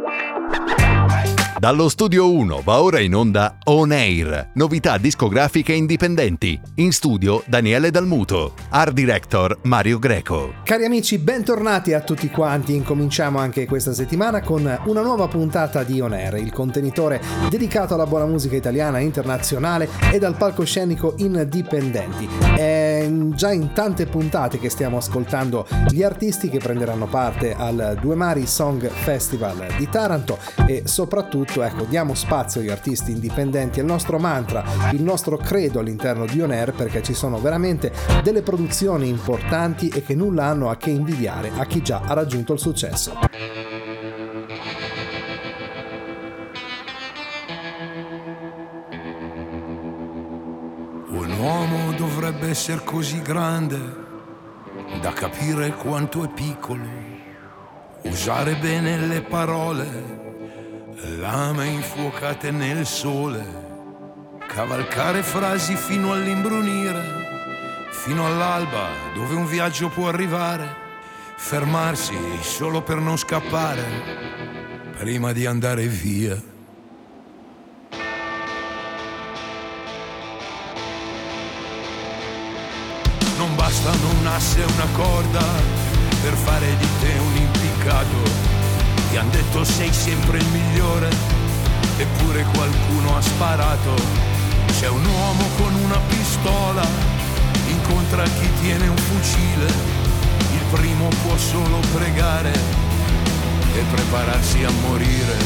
Dallo Studio 1 va ora in onda On Air, novità discografiche indipendenti. In studio Daniele Dalmuto, art director Mario Greco. Cari amici, bentornati a tutti quanti. Incominciamo anche questa settimana con una nuova puntata di On Air, il contenitore dedicato alla buona musica italiana e internazionale e dal palcoscenico indipendenti. È già in tante puntate che stiamo ascoltando gli artisti che prenderanno parte al Due Mari Song Festival di Taranto e soprattutto diamo spazio agli artisti indipendenti, è il nostro mantra, il nostro credo all'interno di On Air, perché ci sono veramente delle produzioni importanti e che nulla hanno a che invidiare a chi già ha raggiunto il successo. Un uomo dovrebbe essere così grande da capire quanto è piccolo, usare bene le parole, lame infuocate nel sole, cavalcare frasi fino all'imbrunire, fino all'alba dove un viaggio può arrivare, fermarsi solo per non scappare prima di andare via. Non bastano un asse e una corda per fare di te un impiccato. Ti han detto sei sempre il migliore, eppure qualcuno ha sparato. C'è un uomo con una pistola, incontra chi tiene un fucile. Il primo può solo pregare e prepararsi a morire.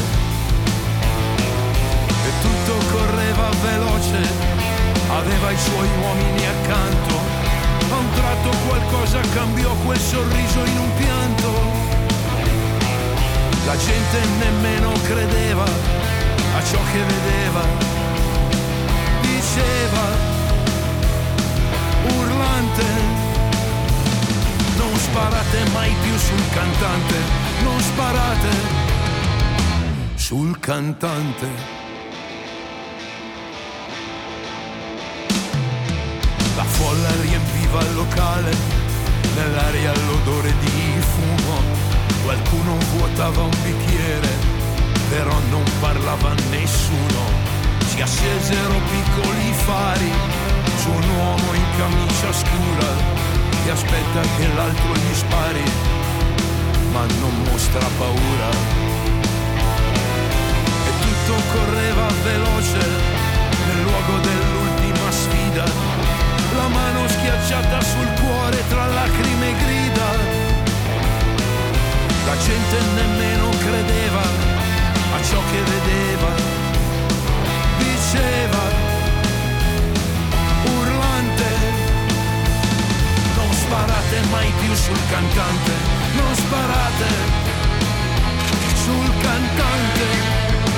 E tutto correva veloce, aveva i suoi uomini accanto. A un tratto qualcosa cambiò, quel sorriso in un pianto. La gente nemmeno credeva a ciò che vedeva. Diceva, urlante, non sparate mai più sul cantante, non sparate sul cantante. La folla riempiva il locale, nell'aria l'odore di fumo. Qualcuno vuotava un bicchiere, però non parlava nessuno. Si accesero piccoli fari su un uomo in camicia scura che aspetta che l'altro gli spari, ma non mostra paura. E tutto correva veloce nel luogo dell'ultima sfida, la mano schiacciata sul cuore tra lacrime e grida. La gente nemmeno credeva a ciò che vedeva. Diceva, urlante, non sparate mai più sul cantante, non sparate sul cantante.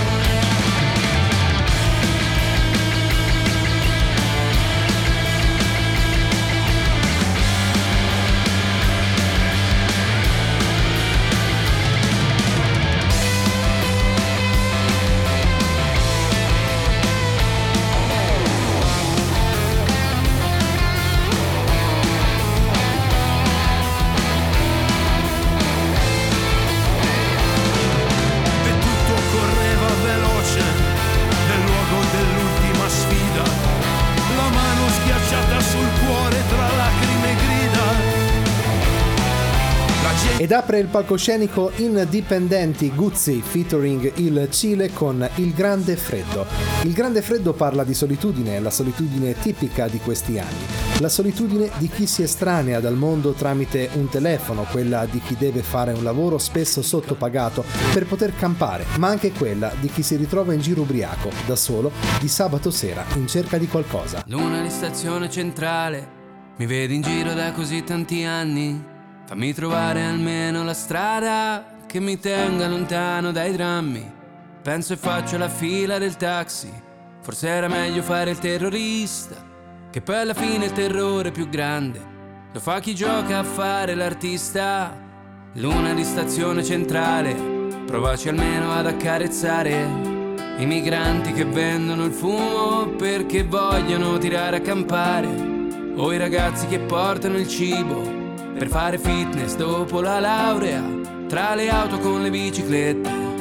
Ed apre il palcoscenico indipendenti Guzzi featuring il Cile con Il Grande Freddo. Il Grande Freddo parla di solitudine, la solitudine tipica di questi anni, la solitudine di chi si estranea dal mondo tramite un telefono, quella di chi deve fare un lavoro spesso sottopagato per poter campare, ma anche quella di chi si ritrova in giro ubriaco, da solo, di sabato sera, in cerca di qualcosa. Luna di stazione centrale, mi vedi in giro da così tanti anni. Fammi trovare almeno la strada che mi tenga lontano dai drammi. Penso e faccio la fila del taxi. Forse era meglio fare il terrorista, che poi alla fine il terrore più grande lo fa chi gioca a fare l'artista. Luna di stazione centrale, provaci almeno ad accarezzare i migranti che vendono il fumo perché vogliono tirare a campare, o i ragazzi che portano il cibo per fare fitness dopo la laurea, tra le auto con le biciclette.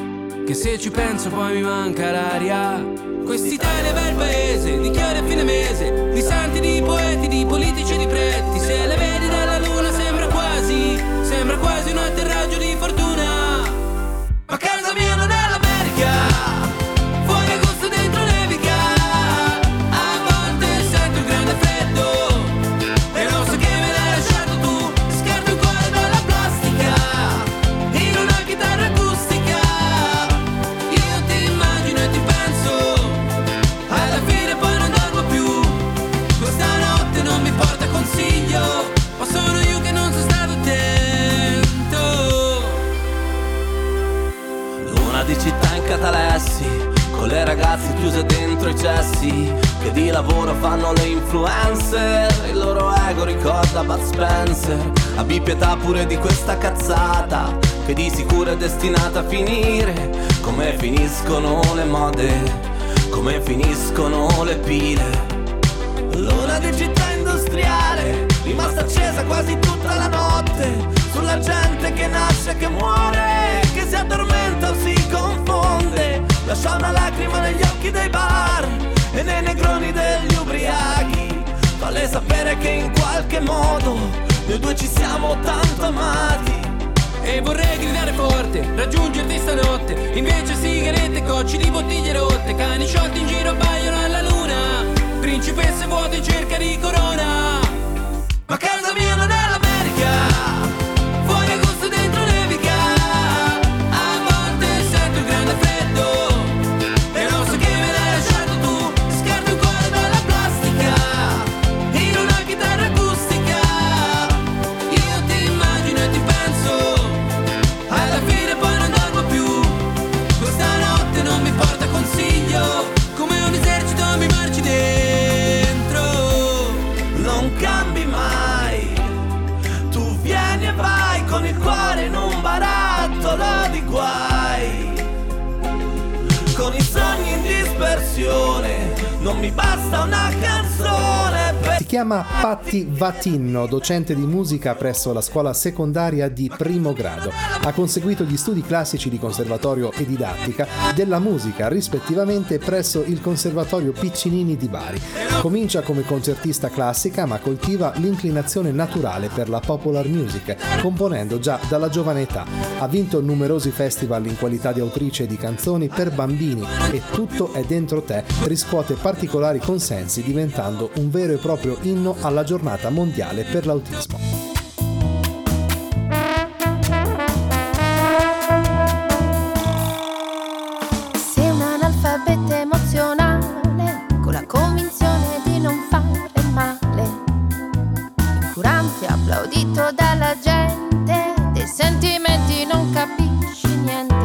che se ci penso poi mi manca l'aria. Quest'Italia è bel paese, di chiari a fine mese, di santi, di poeti, di politici e di preti. Se le vedi dalla luna sembra quasi un atterraggio di fortuna. Ma casa mia non è l'America, fuori agosto dentro nevica, a volte sento il grande freddo e non so che me l'hai lasciato tu. Scarti un cuore dalla plastica in una chitarra acustica. Io ti immagino e ti penso, alla fine poi non dormo più. Questa notte non mi porta consiglio, ma sono io che non sono stato attento. Luna di città in catalessi, con le ragazze chiuse dentro i cessi, che di lavoro fanno le influencer. Il loro ego ricorda Bud Spencer. Abbi pietà pure di questa cazzata, che di sicuro è destinata a finire. Come finiscono le mode, come finiscono le pile. Luna di città industriale, rimasta accesa quasi tutta la notte, sulla gente che nasce e che muore, che si addormenta o si confonde. Lascia una lacrima negli occhi dei bar e nei negroni degli ubriachi. Falle sapere che in qualche modo noi due ci siamo tanto amati. E vorrei gridare forte, raggiungerti stanotte, invece sigarette, cocci di bottiglie rotte, cani sciolti in giro abbaiono alla luna, principesse vuote in cerca di corona. Ma casa mia non è l'America, fuori agosto dentro nevica, a volte sento il grande freddo e non so che me l'hai lasciato tu. Scarti un cuore dalla plastica in una chitarra acustica. Io ti immagino e ti penso, alla fine poi non dormo più. Questa notte non mi porta consiglio, come un esercito mi marci dentro. Non cambi mai, tu vieni e vai con il cuore in un barattolo di guai, con i sogni in dispersione, non mi basta una canzone per... Si chiama Patti Vatinno, docente di musica presso la scuola secondaria di primo grado. Ha conseguito gli studi classici di conservatorio e didattica della musica, rispettivamente presso il Conservatorio Piccinini di Bari. Comincia come concertista classica, ma coltiva l'inclinazione naturale per la popular music, componendo già dalla giovane età. Ha vinto numerosi festival in qualità di autrice di canzoni per bambini e Tutto è dentro te riscuote particolari consensi, diventando un vero e proprio inno alla giornata mondiale per l'autismo. Sei un analfabeta emozionale, con la convinzione di non fare male, incurante, applaudito dalla gente, dei sentimenti non capisci niente.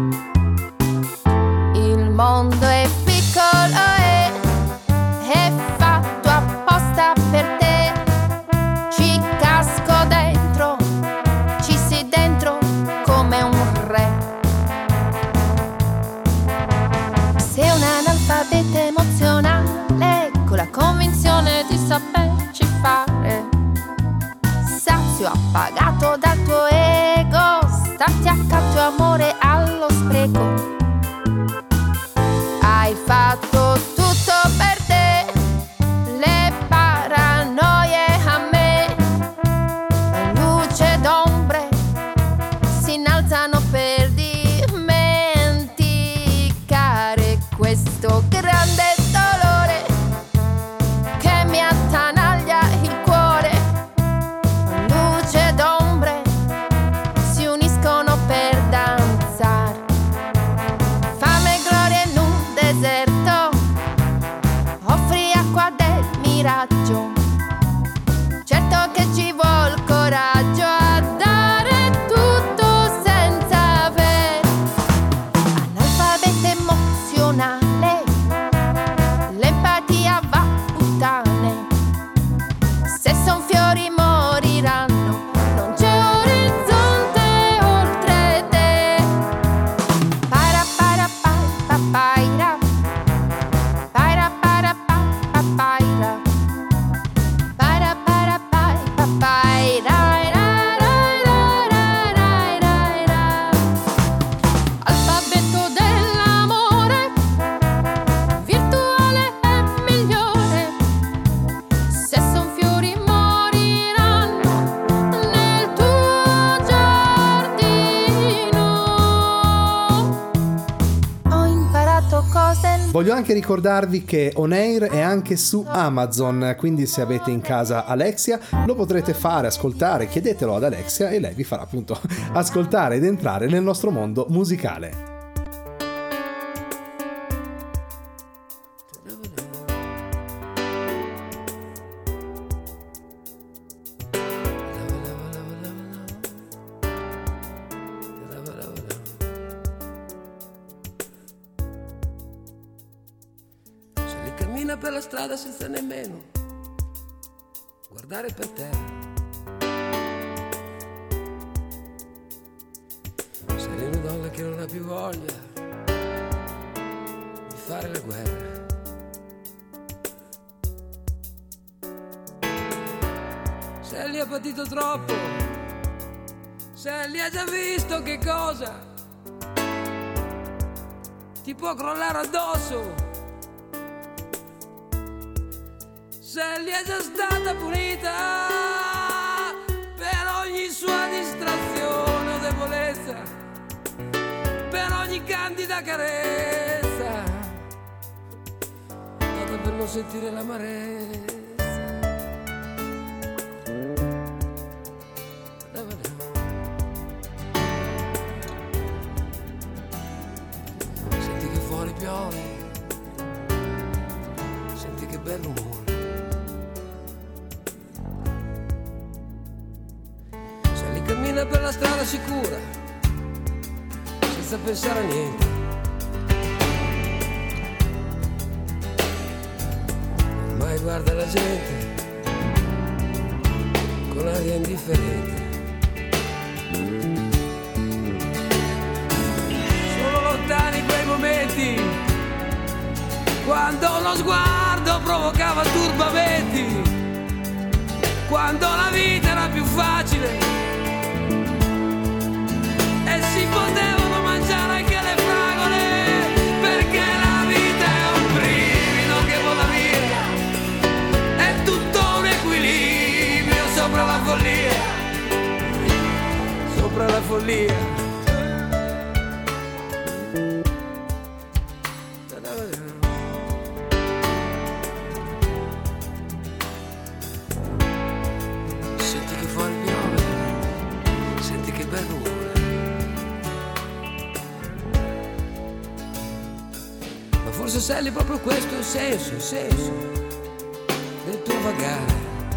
Il mondo è piccolo e è fatto apposta per te. Ci casco dentro, ci sei dentro come un re. Sei un analfabeta emozionale, con la convinzione di saperci fare. Sazio appagato dal tuo ego, stati accanto amore allo spreco. Hai fatto tutto per te, le paranoie a me, luce d'ombre si innalzano per dimenticare questo grande dolore che mi attanaglia il cuore, luce d'ombre Voglio anche ricordarvi che On Air è anche su Amazon, quindi se avete in casa Alexia lo potrete fare, ascoltare, chiedetelo ad Alexia e lei vi farà appunto ascoltare ed entrare nel nostro mondo musicale. Per la strada senza nemmeno guardare per terra, sei una donna che non ha più voglia di fare la guerra, se li ha patito troppo, se li ha già visto che cosa ti può crollare addosso, se li è già stata punita per ogni sua distrazione o debolezza, per ogni candida carezza, data per non sentire l'amarezza. Senti che fuori piove, senti che bel rumore. Cammina per la strada sicura, senza pensare a niente. Ormai guarda la gente con aria indifferente. Sono lontani quei momenti quando lo sguardo provocava turbamenti, quando la vita era più facile e si potevano mangiare anche le fragole, perché la vita è un brivido che vola via, è tutto un equilibrio sopra la follia, sopra la follia. Senti che fuori piove, senti che bel rumore. Forse sei proprio questo il senso del tuo vagare.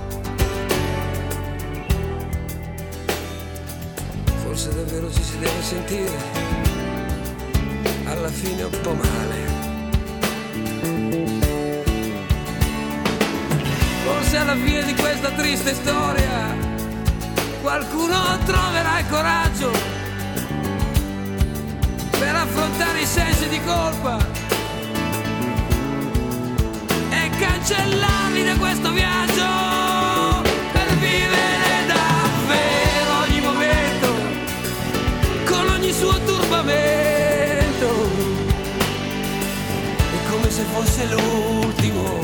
Forse davvero ci si deve sentire alla fine un po' male. Forse alla fine di questa triste storia qualcuno troverà il coraggio per affrontare i sensi di colpa, cancellarli da questo viaggio, per vivere davvero ogni momento con ogni suo turbamento, è come se fosse l'ultimo.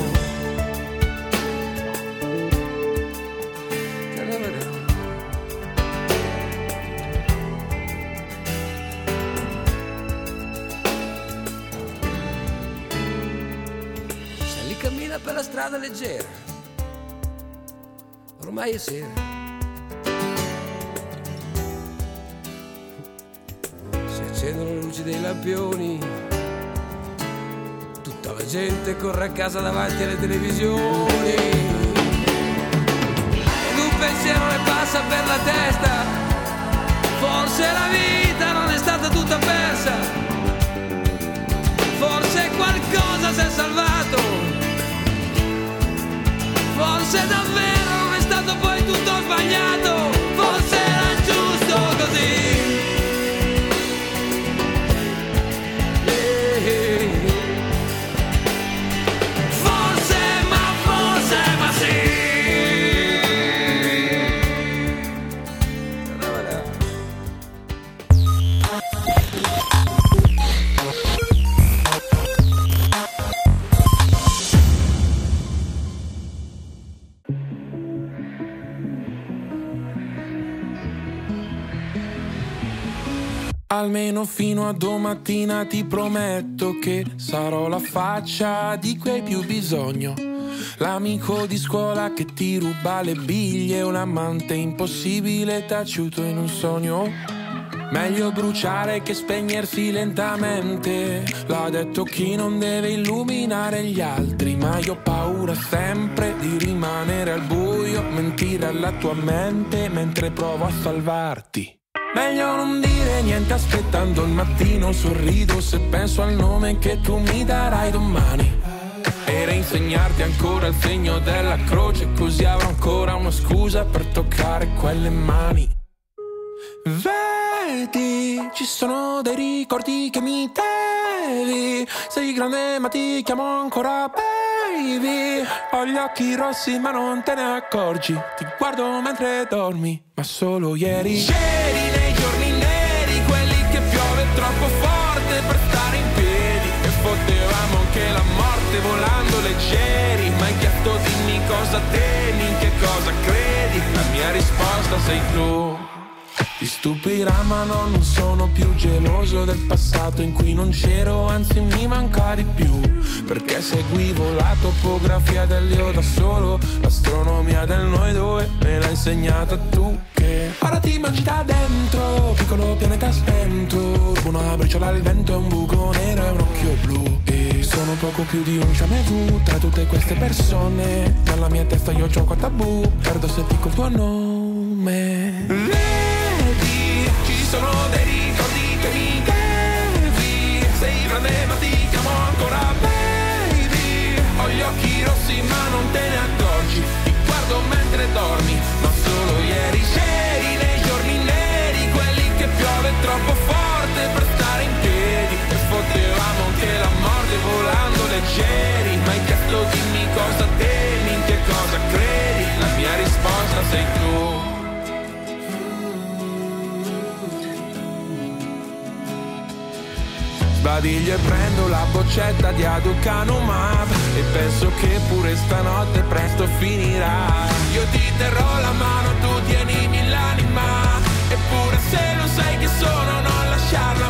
Cammina per la strada leggera, ormai è sera, si accendono le luci dei lampioni, tutta la gente corre a casa davanti alle televisioni, ed un pensiero le passa per la testa, forse la vita non è stata tutta persa, forse qualcosa si è salvato, forse davvero non è stato poi tutto sbagliato, forse era giusto così. Forse, ma sì. Almeno fino a domattina ti prometto che sarò la faccia di cui hai più bisogno. L'amico di scuola che ti ruba le biglie, un amante impossibile taciuto in un sogno. Meglio bruciare che spegnersi lentamente, l'ha detto chi non deve illuminare gli altri. Ma io ho paura sempre di rimanere al buio, mentire alla tua mente mentre provo a salvarti. Meglio non dire niente aspettando il mattino, sorrido se penso al nome che tu mi darai domani. E reinsegnarti ancora il segno della croce, così avrò ancora una scusa per toccare quelle mani. Vedi, ci sono dei ricordi che mi devi. Sei grande ma ti chiamo ancora baby. Ho gli occhi rossi ma non te ne accorgi. Ti guardo mentre dormi, ma solo ieri. Ieri nei giorni neri, quelli che piove troppo forte per stare in piedi. E potevamo anche la morte volando leggeri. Ma hai chiesto dimmi cosa temi, in che cosa credi. La mia risposta sei tu. Ti stupirà ma no, non sono più geloso del passato in cui non c'ero, anzi mi manca di più. Perché seguivo la topografia dell'io da solo, l'astronomia del noi due me l'hai insegnata tu. Che ora ti mangi da dentro, piccolo pianeta spento. Una briciola al vento e un buco nero e un occhio blu. E sono poco più di un jamais vu tra tutte queste persone. Nella mia testa io gioco a tabù, perdo se dico il tuo nome. Sono dei ricordi che mi devi. Sei grande ma ti chiamo ancora baby. Ho gli occhi rossi ma non te ne accorgi. Ti guardo mentre dormi, ma solo ieri. C'eri nei giorni neri, quelli che piove troppo forte per stare in piedi. E potevamo anche la morte volando leggeri. Ma hai chiesto dimmi cosa temi, in che cosa credi. La mia risposta sei tu. Sbadiglio e prendo la boccetta di Aducanumab e penso che pure stanotte presto finirà. Io ti terrò la mano, tu tienimi l'anima, eppure se non sai che sono non lasciarla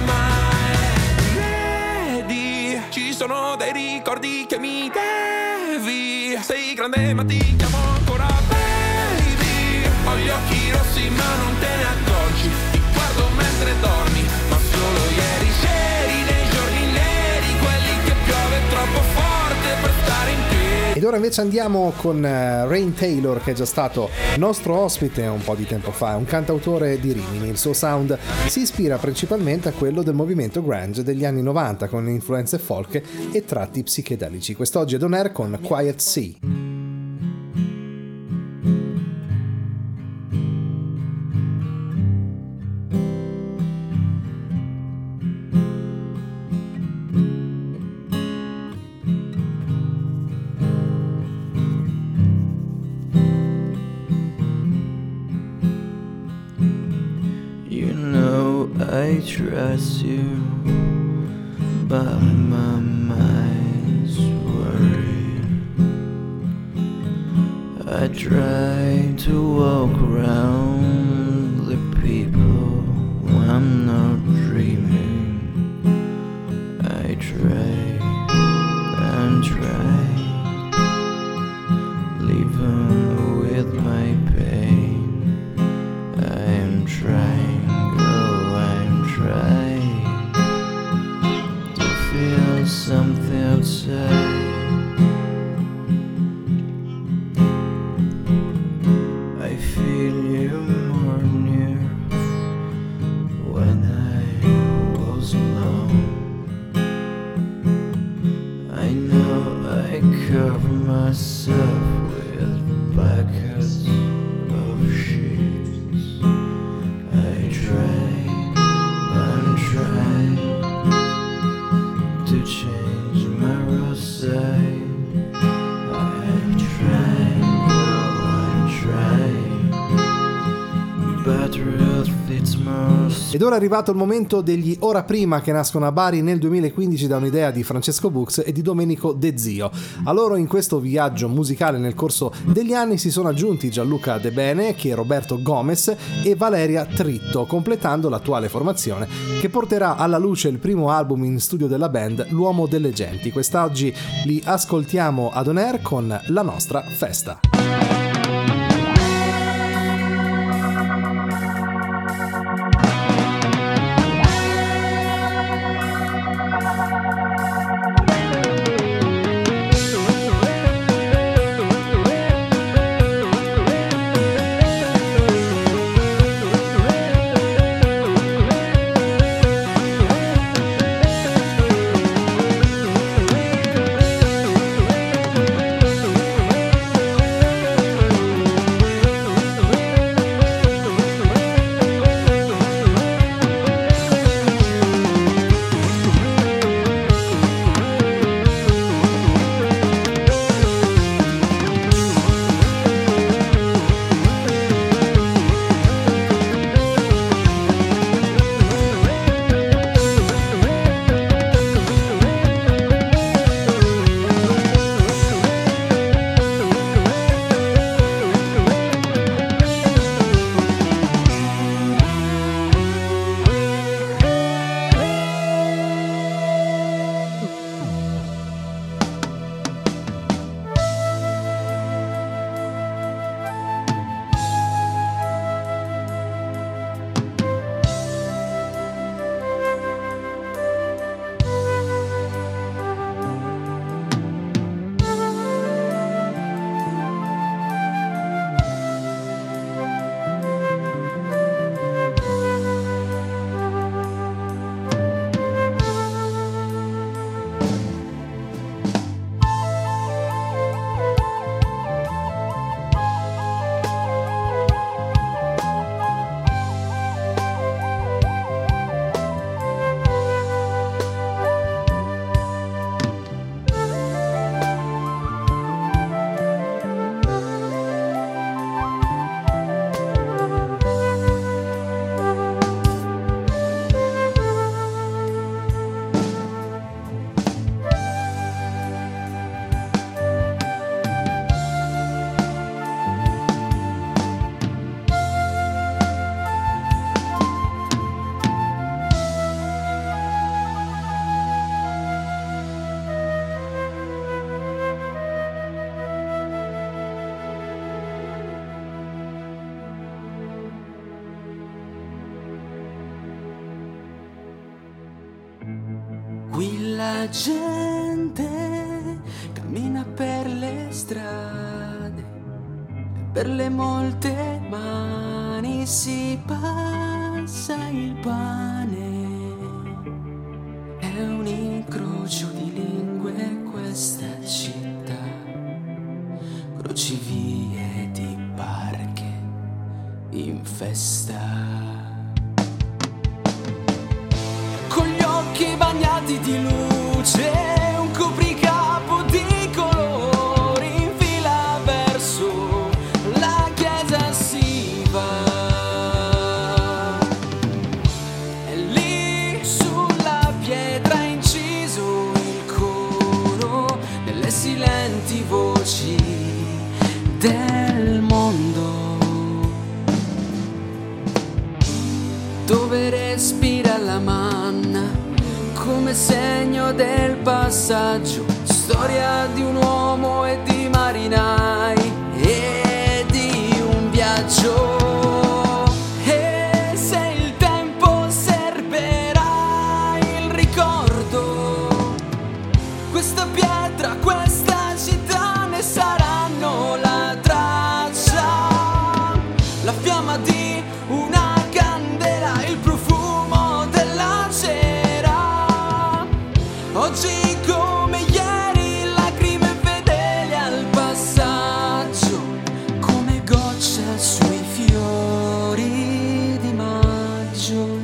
mai. Vedi, ci sono dei ricordi che mi devi. Sei grande ma ti chiamo ancora baby. Ho gli occhi rossi ma non te ne accorgi. Ti guardo mentre dormi, ma solo ieri c'eri nei giorni neri, quelli che piove troppo forte per stare in piedi. Ed ora invece andiamo con Rain Taylor, che è già stato nostro ospite un po' di tempo fa. È un cantautore di Rimini. Il suo sound si ispira principalmente a quello del movimento grunge degli anni 90, con influenze folk e tratti psichedelici. Quest'oggi è On Air con Quiet Sea. I trust you, but my mind's worried. I try to walk around the people when I'm not dreaming. I try and try, living with my pain. I'm trying to feel something outside. I feel you more near when I was alone. I know I cover myself with buckets of sheets. I try to change my roadside. I'm trying, but truth it's most. Ed ora è arrivato il momento degli Ora Prima, che nascono a Bari nel 2015 da un'idea di Francesco Bux e di Domenico De Zio. A loro in questo viaggio musicale nel corso degli anni si sono aggiunti Gianluca De Bene, che è Roberto Gomez e Valeria Tritto, completando l'attuale formazione che porterà alla luce il primo album in studio della band, L'Uomo delle Genti. Quest'oggi li ascoltiamo ad On Air con La Nostra Festa. Qui la gente cammina per le strade, per le molte mani si passa il pane. È un incrocio di lingue questa città, crocevie di barche in festa. Occhi bagnati di luce, un copricapo di colori in fila verso la chiesa si va. E lì sulla pietra inciso il coro delle silenti voci del mondo, dove respira la manna come segno del passaggio, storia di un uomo e di marinai e di un viaggio. E se il tempo serberà il ricordo, questa pietra, questa città ne saranno la traccia, la fiamma di una candela, il profumo della cera. Oggi come ieri, lacrime fedeli al passaggio, come goccia sui fiori di maggio.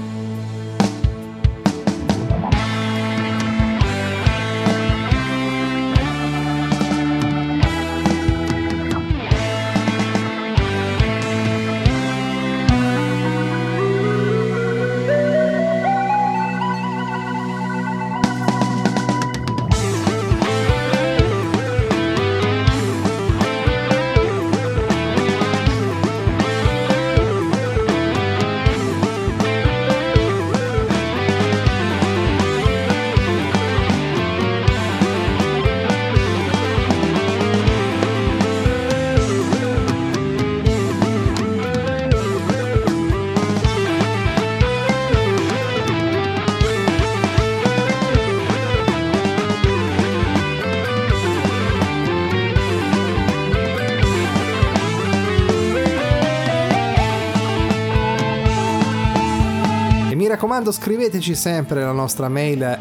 raccomando, scriveteci sempre la nostra mail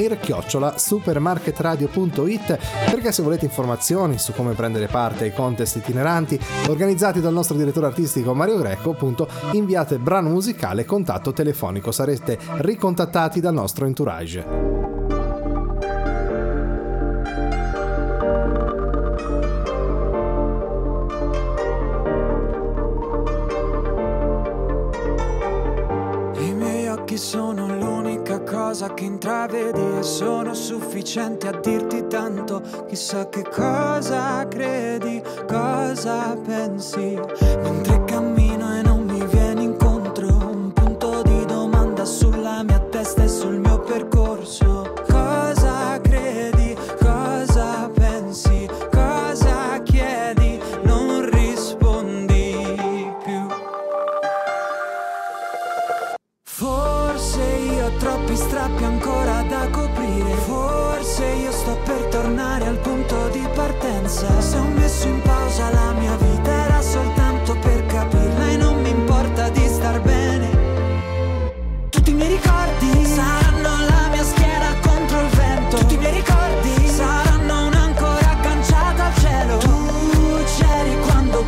onair@supermarketradio.it, perché se volete informazioni su come prendere parte ai contest itineranti organizzati dal nostro direttore artistico Mario Greco, appunto, inviate brano musicale, contatto telefonico, sarete ricontattati dal nostro entourage. Sono l'unica cosa che intravedi e sono sufficienti a dirti tanto. Chissà che cosa credi, cosa pensi, mentre cammino e non mi vieni incontro. Un punto di domanda sulla mia testa e sul mio percorso. Cosa credi, cosa pensi, cosa chiedi, non rispondi più. Forse io ho troppi strappi ancora da coprire. Forse io sto per tornare al punto di partenza. Se ho messo in pausa la mia vita era soltanto per capirla e non mi importa di star bene. Tutti i miei ricordi saranno la mia schiena contro il vento. Tutti i miei ricordi saranno un'ancora agganciata al cielo. Tu c'eri quando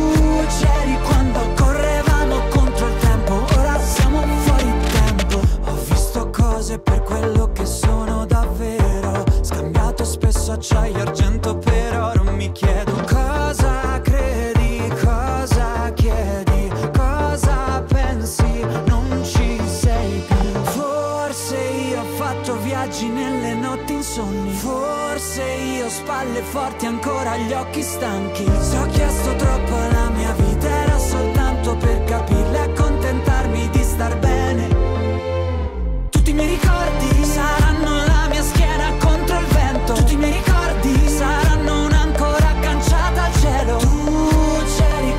correvamo contro il tempo. Ora siamo fuori tempo. Ho visto cose per quello che sono davvero. Scambiato spesso acciaio e argento per oro. Mi chiedo cosa credi, cosa chiedi, cosa pensi, non ci sei più. Forse io ho fatto viaggi nelle notti insonni. Forse io ho spalle forti ancora gli occhi stanchi. Se ho chiesto troppo alla mia vita era soltanto per capirla e accontentarmi di star bene. Tutti i miei ricordi saranno la mia schiena contro il vento. Tutti i miei ricordi saranno un'ancora agganciata al cielo. Tu c'eri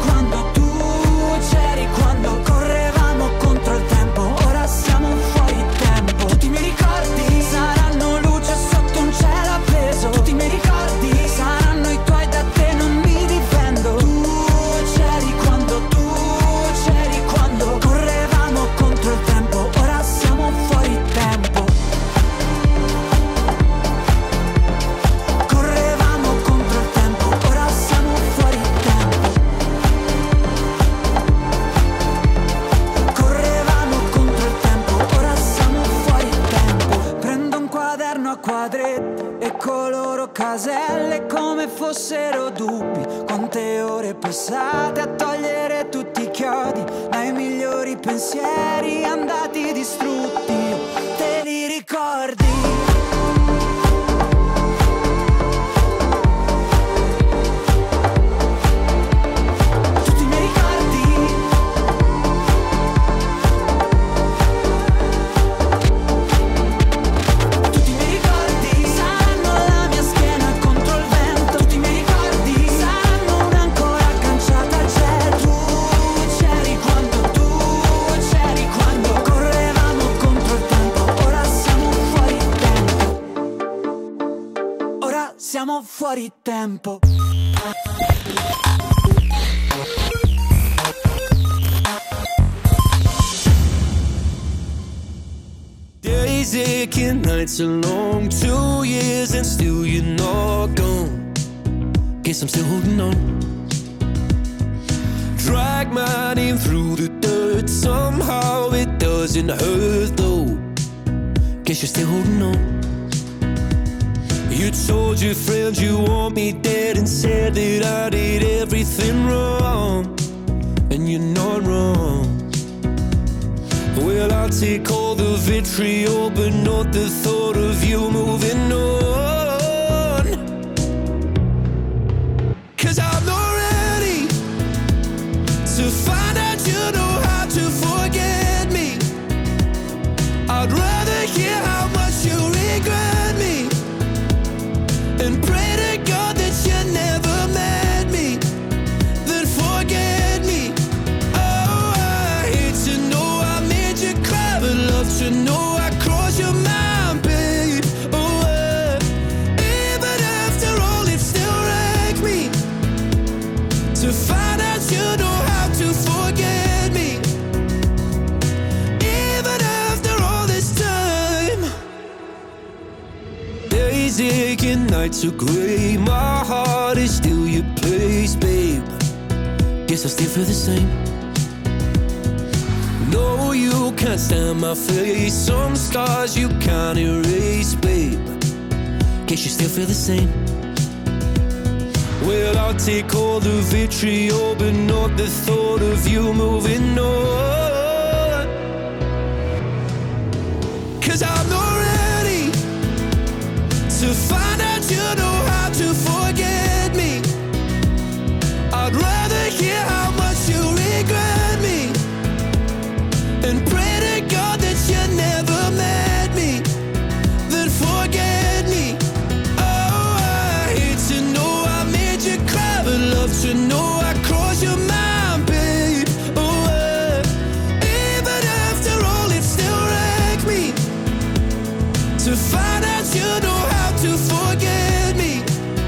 quando correvamo contro il tempo. Ora siamo fuori tempo. Tutti i miei ricordi saranno luce sotto un cielo appeso. Tutti i miei ricordi saranno i tuoi, da te non mi difendo. Tu c'eri quando correvamo contro il tempo. Ora siamo fuori tempo. Correvamo contro il tempo. Ora siamo fuori tempo. Correvamo contro il tempo. Ora siamo fuori tempo. Prendo un quaderno a quadretti e coloro caselle come fossero dubbi. Quante ore passate a togliere tutti i chiodi dai migliori pensieri andati distrutti. Te li ricordi? Tutti i miei ricordi. Tutti i miei ricordi saranno la mia schiena contro il vento. Tutti i miei ricordi saranno un'ancora agganciata al cielo. Tu c'eri quando correvamo contro il tempo. Ora siamo fuori tempo. Ora siamo fuori tempo. Days aching, nights are long, 2 years and still you're not gone. Guess I'm still holding on. Drag my name through the dirt, somehow it doesn't hurt though. Guess you're still holding on. You told your friends you want me dead and said that I did everything wrong. And you're not wrong. Well, I'll take all the vitriol, but not the thought of you moving on. 'Cause I'm not ready to find out you know how to forget me. I'd rather hear how much you regret me and pray to God that you never met me, then forget me. Oh, I hate to know I made you cry, but love to know I crossed your mind, babe. days ache and nights are gray, my heart is still your place, babe. Guess I still feel the same. No, you can't stand my face. Some scars you can't erase, babe. Guess you still feel the same. Well, I'll take all the vitriol, but not the thought of you moving on. 'Cause I'm not ready to find out you know how to forget me. I'd rather hear how much you regret me and pray to God that you never met me, then forget me. Oh, I hate to know I made you cry, but love to know I crossed your mind, babe. Oh, even after all it still wrecks me to find out you know how to forget me.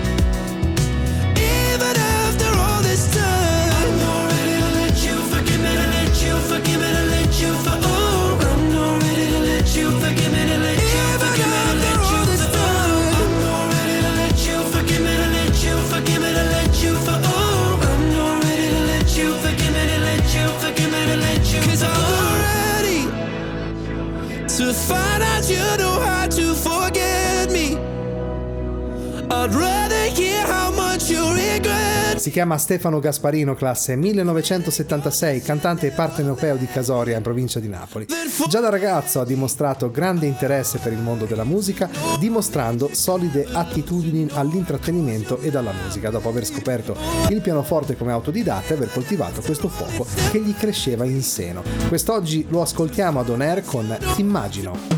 Even after all this time, I'm not ready to let you forgive me, to let you forgive me, to let you for. Oh, I'm not ready to let you forgive me, to let you forgive me, to let you for. I'm not ready to let you forgive me, to let you forgive me, to let you for. Oh, I'm not ready to let you forgive me, to let you forgive me, to let you. 'Cause I'm not ready to find out you know how to forget me. I'd rather hear how much you regret. Si chiama Stefano Gasparino, classe 1976, cantante partenopeo di Casoria in provincia di Napoli. Già da ragazzo ha dimostrato grande interesse per il mondo della musica, dimostrando solide attitudini all'intrattenimento e alla musica, dopo aver scoperto il pianoforte come autodidatta e aver coltivato questo fuoco che gli cresceva in seno. Quest'oggi lo ascoltiamo ad On Air con T'immagino.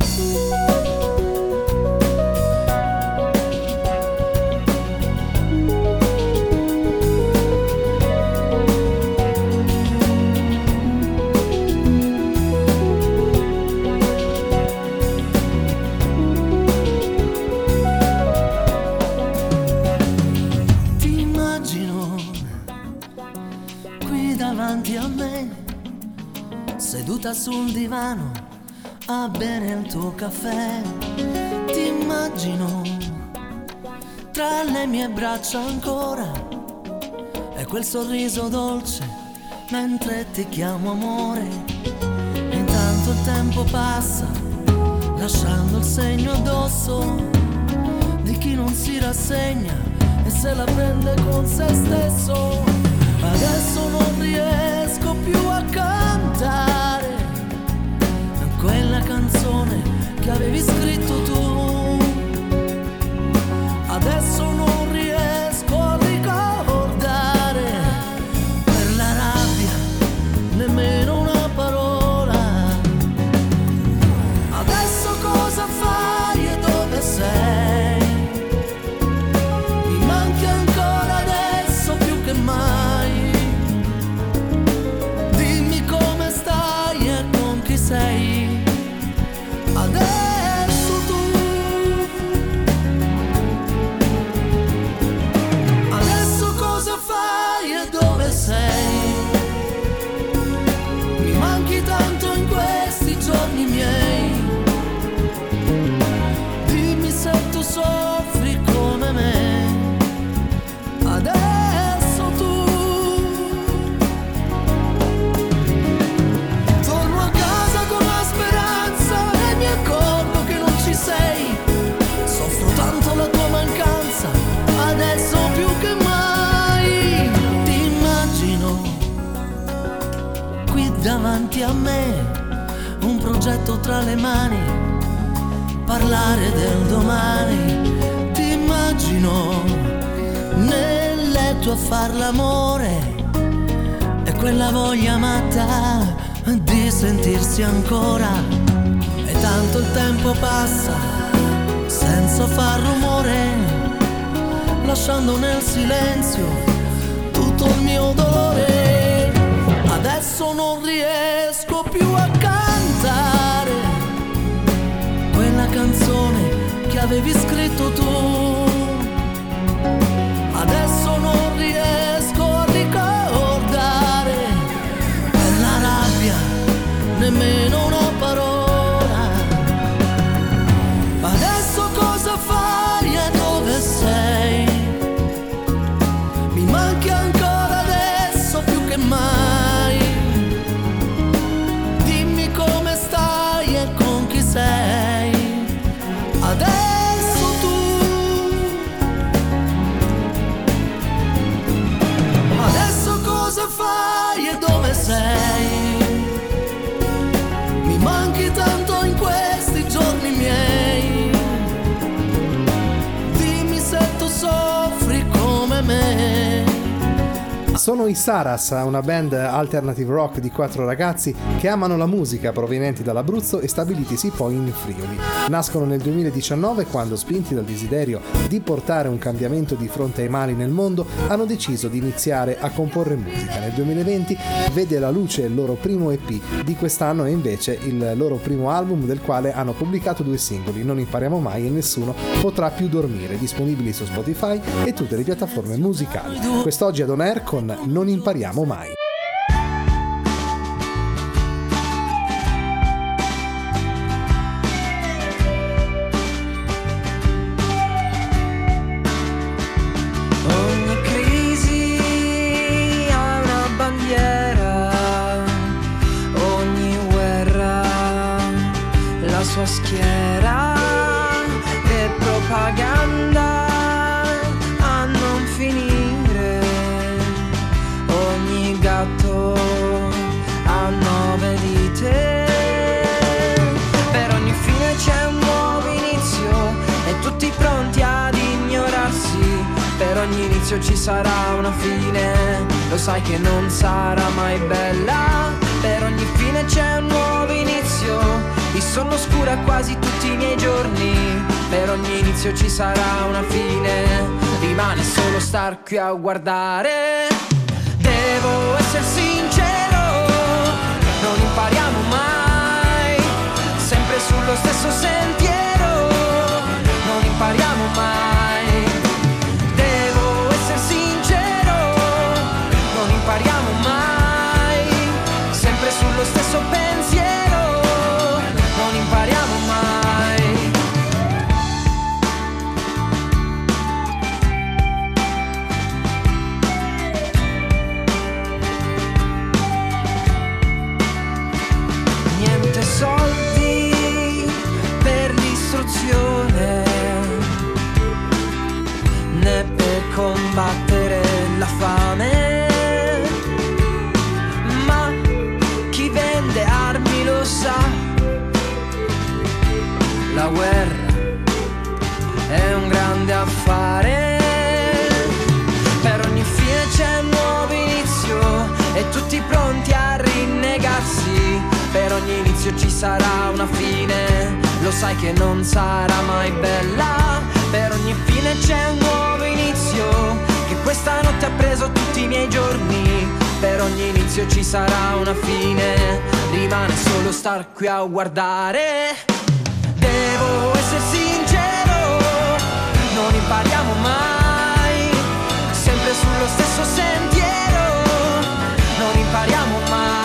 Seduta sul divano a bere il tuo caffè, ti immagino tra le mie braccia ancora e quel sorriso dolce mentre ti chiamo amore. E intanto il tempo passa lasciando il segno addosso di chi non si rassegna e se la prende con se stesso. Adesso non riesco più a cantare quella canzone che avevi scritto tu. Adesso non riesco a ricordare per la rabbia nemmeno una parola. Adesso cosa fai e dove sei? Mi manchi ancora adesso più che mai. Dimmi come stai e con chi sei. Adesso tu, adesso cosa fai e dove sei? Mi manchi tanto in questi giorni miei. Dimmi se tu soffri come me. Adesso tu. Torno a casa con la speranza, mi accorgo che non ci sei. Soffro tanto la tua mancanza, adesso più che mai. Ti immagino qui davanti a me, un progetto tra le mani, parlare del domani. Ti immagino nel letto a far l'amore e quella voglia matta di sentirsi ancora. Tanto il tempo passa senza far rumore, lasciando nel silenzio tutto il mio dolore. Adesso non riesco più a cantare quella canzone che avevi scritto tu. Adesso non riesco a ricordare per la rabbia nemmeno una parola. Adesso cosa fai? Sono i Saras, una band alternative rock di 4 ragazzi che amano la musica, provenienti dall'Abruzzo e stabilitisi poi in Friuli. Nascono nel 2019 quando, spinti dal desiderio di portare un cambiamento di fronte ai mali nel mondo, hanno deciso di iniziare a comporre musica. Nel 2020 vede la luce il loro primo EP, di quest'anno è invece il loro primo album, del quale hanno pubblicato 2 singoli, Non impariamo mai e Nessuno potrà più dormire, disponibili su Spotify e tutte le piattaforme musicali. Quest'oggi ad On Air con Non impariamo mai. Ogni crisi ha una bandiera, ogni guerra la sua schiera e propaganda a non finire. Ogni gatto ha 9 vite, per ogni fine c'è un nuovo inizio e tutti pronti ad ignorarsi. Per ogni inizio ci sarà una fine, lo sai che non sarà mai bella. Per ogni fine c'è un nuovo inizio, il sonno oscura quasi tutti i miei giorni. Per ogni inizio ci sarà una fine, rimane solo star qui a guardare. Devo essere sincero, non impariamo mai, sempre sullo stesso sentiero, non impariamo mai. Devo essere sincero, non impariamo mai, sempre sullo stesso pensiero, non impariamo mai. Niente soldi per l'istruzione, né per combattere la fame, ma chi vende armi lo sa, la guerra è un grande affare. Per ogni fine c'è un nuovo inizio e tutti pronti a rinnegarsi. Per ogni inizio ci sarà una fine, lo sai che non sarà mai bella. Per ogni fine c'è un nuovo inizio, che questa notte ha preso tutti i miei giorni. Per ogni inizio ci sarà una fine, rimane solo star qui a guardare. Devo essere sincero, non impariamo mai, sempre sullo stesso sentiero, non impariamo mai.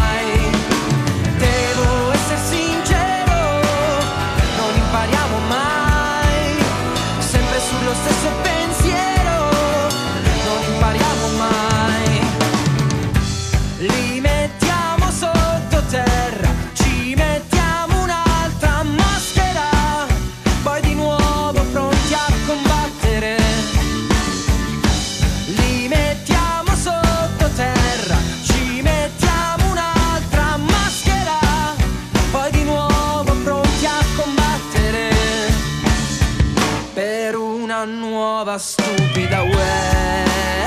Devo essere sincero, non impariamo mai, sempre sullo stesso pensiero, non impariamo mai. Li mettiamo sottoterra, ci mettiamo un'altra maschera, poi di nuovo pronti a combattere. Li mettiamo sottoterra, ci mettiamo un'altra maschera, poi di nuovo pronti a combattere per una nuova stupida guerra.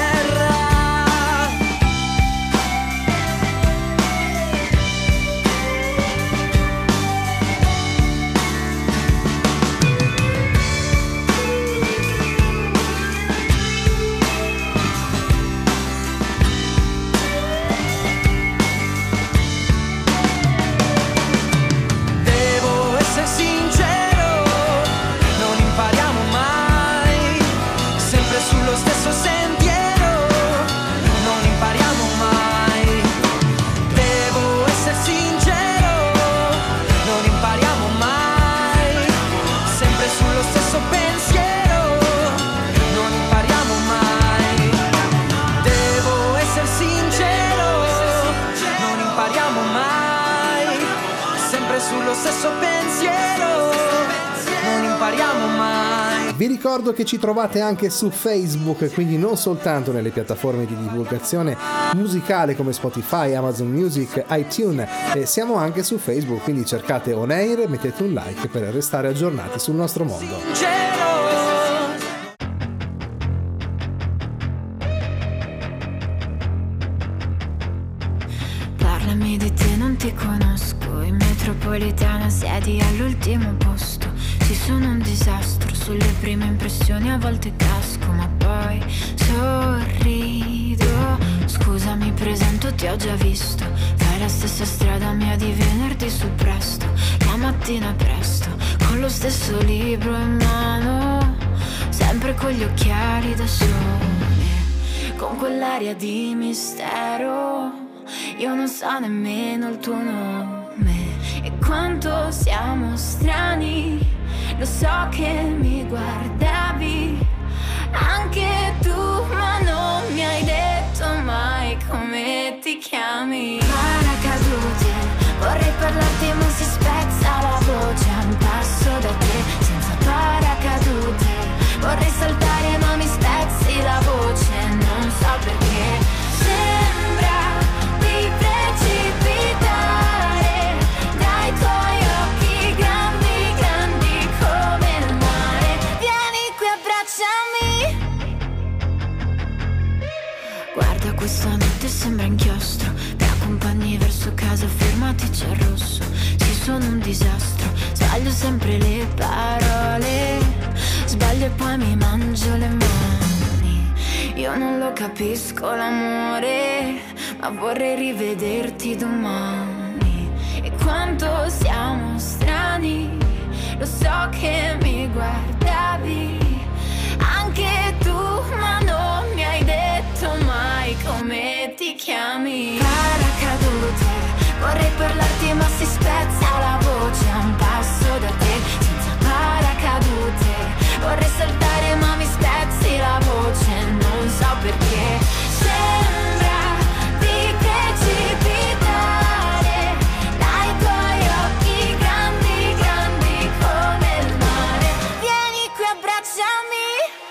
Devo essere sincero, non impariamo mai, sempre sullo stesso sentiero, non impariamo mai. Devo essere sincero, non impariamo mai, sempre sullo stesso pensiero, non impariamo mai. Devo essere sincero, non impariamo mai, sempre sullo stesso pensiero, non impariamo mai. Vi ricordo che ci trovate anche su Facebook, quindi non soltanto nelle piattaforme di divulgazione musicale come Spotify, Amazon Music, iTunes, siamo anche su Facebook, quindi cercate On Air, mettete un like per restare aggiornati sul nostro mondo. Parlami di te, non ti conosco. In metropolitana siedi all'ultimo posto. Sì, sono un disastro, sulle prime impressioni a volte casco, ma poi sorrido. Scusa, mi presento, ti ho già visto. Fai la stessa strada mia di venerdì su presto. La mattina presto, con lo stesso libro in mano, sempre con gli occhiali da sole, con quell'aria di mistero. Io non so nemmeno il tuo nome e quanto siamo strani. Lo so che mi guardavi anche tu, ma non mi hai detto mai come ti chiami. Paracadute, vorrei parlarti ma si spezza la voce a un passo da te, senza paracadute. Vorrei saltare ma mi spezzi la voce, non so perché. Sembra di precipitare dai tuoi occhi grandi, grandi come il mare. Vieni qui, abbracciami. Guarda, questa notte sembra inchiostro, ti accompagni verso casa, fermati, c'è il rosso. Sì, sono un disastro, sbaglio sempre le parole, sbaglio e poi mi mangio le mani. Io non lo capisco l'amore, ma vorrei rivederti domani. E quanto siamo strani, lo so che mi guardavi anche tu, ma non mi hai detto mai come ti chiami. Paracadute, vorrei parlarti ma si spezza la voce a un passo da te, senza paracadute. Vorrei saltare ma mi spezzi la voce, non so perché. Sembra di precipitare dai tuoi occhi grandi, grandi come il mare. Vieni qui, abbracciami.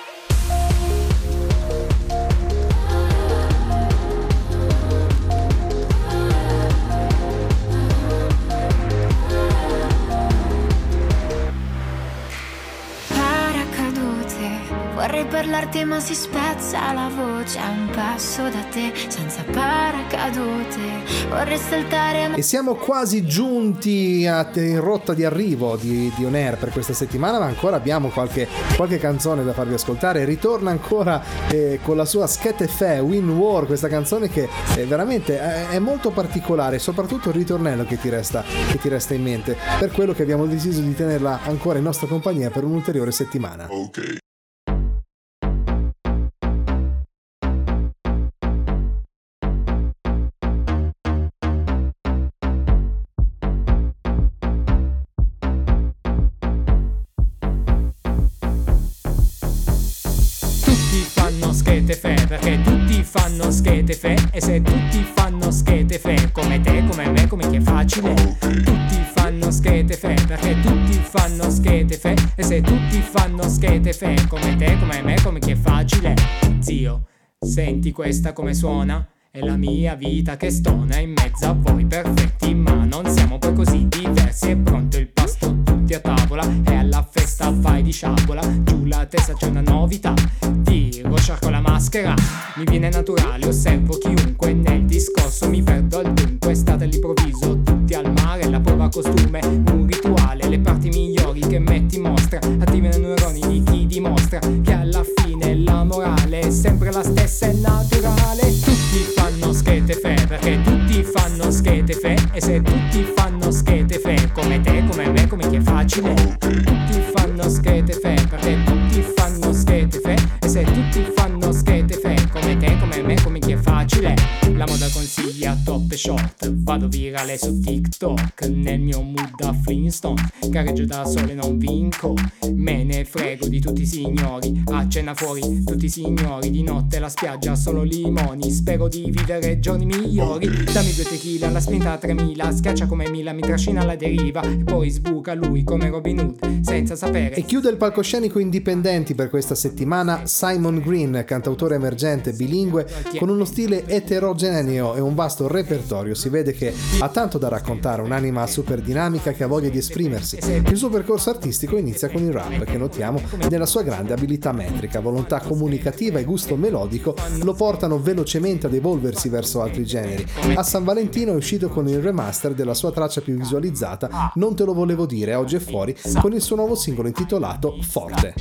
Vorrei parlarti ma si spezza la voce a un passo da te, senza paracadute. Vorrei saltare ma... E siamo quasi giunti in rotta di arrivo di On Air per questa settimana, ma ancora abbiamo qualche canzone da farvi ascoltare. Ritorna ancora con la sua Sket Fe, Win War, questa canzone che veramente è molto particolare, soprattutto il ritornello che ti resta in mente, per quello che abbiamo deciso di tenerla ancora in nostra compagnia per un'ulteriore settimana. Ok. Skete fe, perché tutti fanno skete fe, e se tutti fanno skete fe, come te, come me, come chi è facile. Tutti fanno skete fe, perché tutti fanno skete fe, e se tutti fanno skete fe, come te, come me, come chi è facile. Zio, senti questa come suona? È la mia vita che stona in mezzo a voi perfetti, ma non siamo poi così diversi. È pronto il pasto, tutti a tavola, e alla festa fai di sciabola. Giù la testa c'è una novità, tiro, sciarco la maschera. Mi viene naturale, osservo chiunque, nel discorso mi perdo al dunque. È stata all'improvviso, tutti al mare, la prova costume, un rituale. Le parti migliori che metti in mostra, attivano i neuroni di chi dimostra che alla fine la morale è sempre la stessa, è naturale. Tutti fanno skete fe, perché tutti fanno skete fe, e se tutti fanno skete fe, come te, come me, come chi è facile. Tutti fanno skete fe, perché tutti fanno skete fe, e se tutti fanno skete fe, come te, come me, come chi è facile. La moda consiglia top e short, vado virale su TikTok, nel mio mood da Flintstone, gareggio da sole non vinco, me ne frego di tutti i signori, a cena fuori tutti i signori, di notte la spiaggia solo limoni, spero di vivere giorni migliori. Dammi 2 tequila, la spinta a 3000, schiaccia come Mila, mi trascina alla deriva, e poi sbuca lui come Robin Hood senza sapere. E chiude il palcoscenico indipendenti per questa settimana Simon Green, cantautore emergente bilingue con uno stile eterogeneo e un vasto repertorio. Si vede che che ha tanto da raccontare, un'anima super dinamica che ha voglia di esprimersi. Il suo percorso artistico inizia con il rap, che notiamo nella sua grande abilità metrica, volontà comunicativa e gusto melodico lo portano velocemente ad evolversi verso altri generi. A San Valentino è uscito con il remaster della sua traccia più visualizzata, Non te lo volevo dire, oggi è fuori con il suo nuovo singolo intitolato Forte.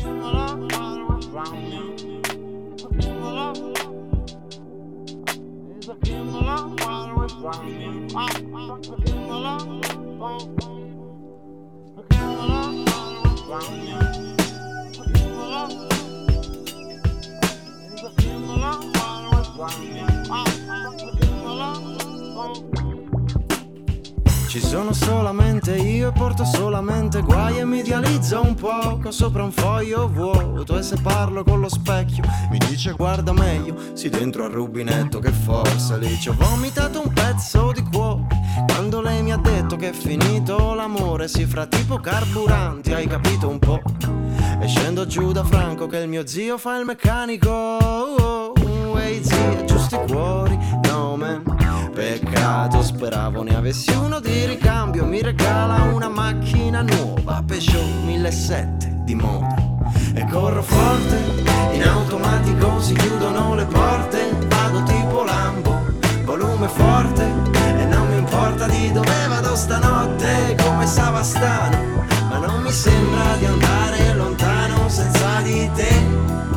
Ci sono solamente io e porto solamente guai e mi idealizzo un poco sopra un foglio vuoto. E se parlo con lo specchio mi dice guarda meglio, sì dentro al rubinetto che forse lì ci ho vomitato un pezzo di cuore. Quando lei mi ha detto che è finito l'amore, si fra tipo carburanti, hai capito un po'. E scendo giù da Franco che il mio zio fa il meccanico. Ehi zia, giusti cuori, no man. Peccato, speravo ne avessi uno di ricambio. Mi regala una macchina nuova, Peugeot 1007 di moda. E corro forte, in automatico si chiudono le porte. Vado tipo Lambo, volume forte. E non mi importa di dove vado stanotte, come Savastano. Ma non mi sembra di andare lontano senza di te.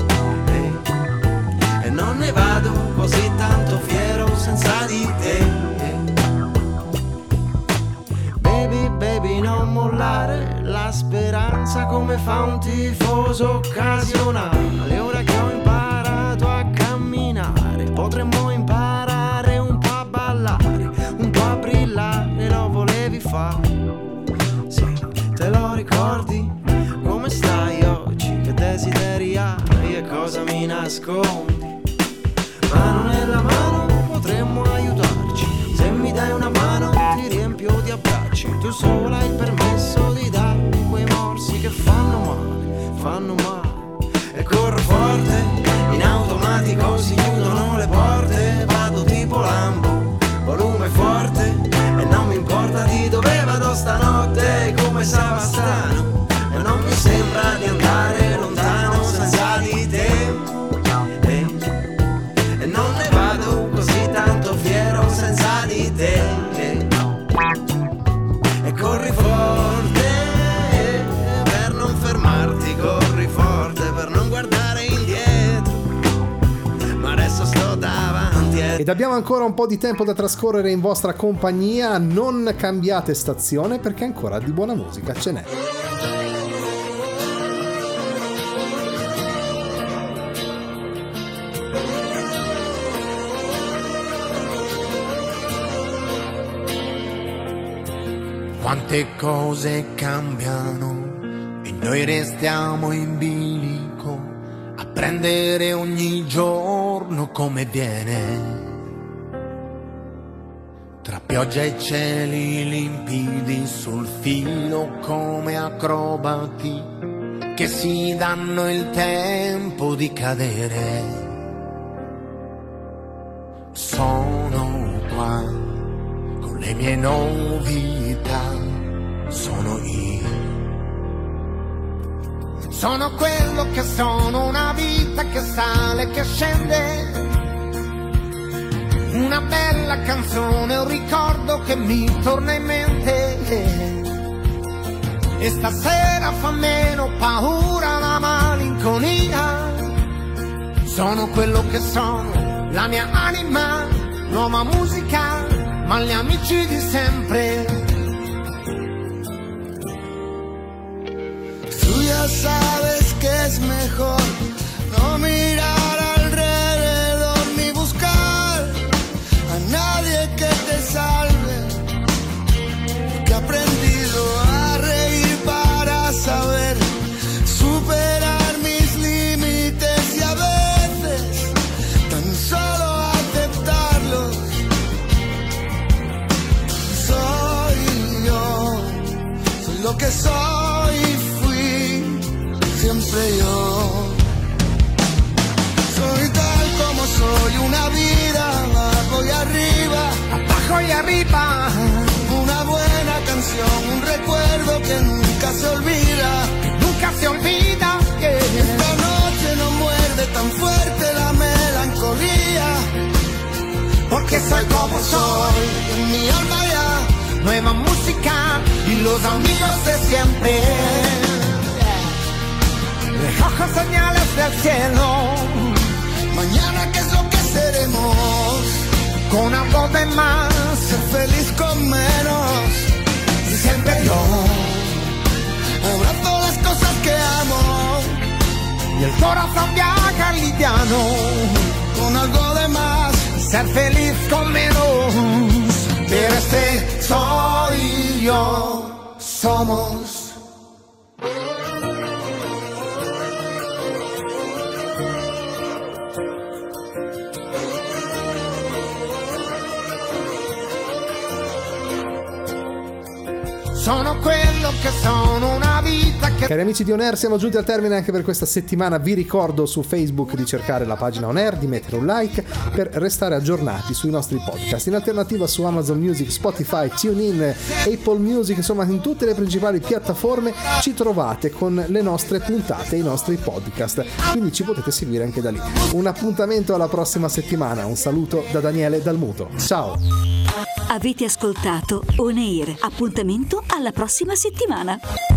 E non ne vado così tanto fiero senza di te. Baby, baby, non mollare la speranza come fa un tifoso occasionale. Ora che ho imparato a camminare, potremmo imparare un po' a ballare, un po' a brillare, lo volevi fare? Sì, te lo ricordi? Come stai oggi? Che desideri hai e cosa mi nascondi? Mano nella mano potremmo aiutarci. Se mi dai una mano ti riempio di abbracci. Tu sola hai il permesso di darmi quei morsi che fanno male, fanno male. E corro forte, in automatico si chiudono le porte. Vado tipo Lambo, volume forte. E non mi importa di dove vado stanotte, come Savastano. E non mi sembra di andare lontano senza di te. Senza di te. E corri forte per non fermarti, corri forte per non guardare indietro, ma adesso sto davanti Ed abbiamo ancora un po' di tempo da trascorrere in vostra compagnia. Non cambiate stazione perché ancora di buona musica ce n'è. Quante cose cambiano e noi restiamo in bilico a prendere ogni giorno come viene. Tra pioggia e cieli limpidi sul filo come acrobati che si danno il tempo di cadere. Sono qua con le mie novità. Sono io, sono quello che sono, una vita che sale, che scende, una bella canzone, un ricordo che mi torna in mente. E stasera fa meno paura la malinconia. Sono quello che sono, la mia anima, nuova musica, ma gli amici di sempre. Ya sabes que es mejor no mirar alrededor ni buscar a nadie que te salve, que he aprendido a reír para saber superar mis límites y a veces tan solo aceptarlos. Soy yo, soy lo que soy, siempre yo. Soy tal como soy, una vida abajo y arriba, abajo luego y arriba. Una buena canción, un recuerdo que nunca se olvida. Nunca se olvida. Esta noche no muerde tan fuerte la melancolía. Porque soy como soy, En mi alma ya, nueva música y los amigos de siempre. Recojo señales del cielo. mañana qué es lo que seremos. Con algo de más, Ser feliz con menos. y siempre yo. Abrazo las cosas que amo. Y el corazón viaja liviano. Con algo de más. Ser feliz con menos. Pero este soy yo. Somos. Sono quello che sono, una vita che... Cari amici di On Air, siamo giunti al termine anche per questa settimana. Vi ricordo su Facebook di cercare la pagina On Air, di mettere un like per restare aggiornati sui nostri podcast. In alternativa su Amazon Music, Spotify, TuneIn, Apple Music, insomma in tutte le principali piattaforme ci trovate con le nostre puntate, i nostri podcast, quindi ci potete seguire anche da lì. Un appuntamento alla prossima settimana, un saluto da Daniele Dalmuto. Ciao! Avete ascoltato On Air. Appuntamento alla prossima settimana.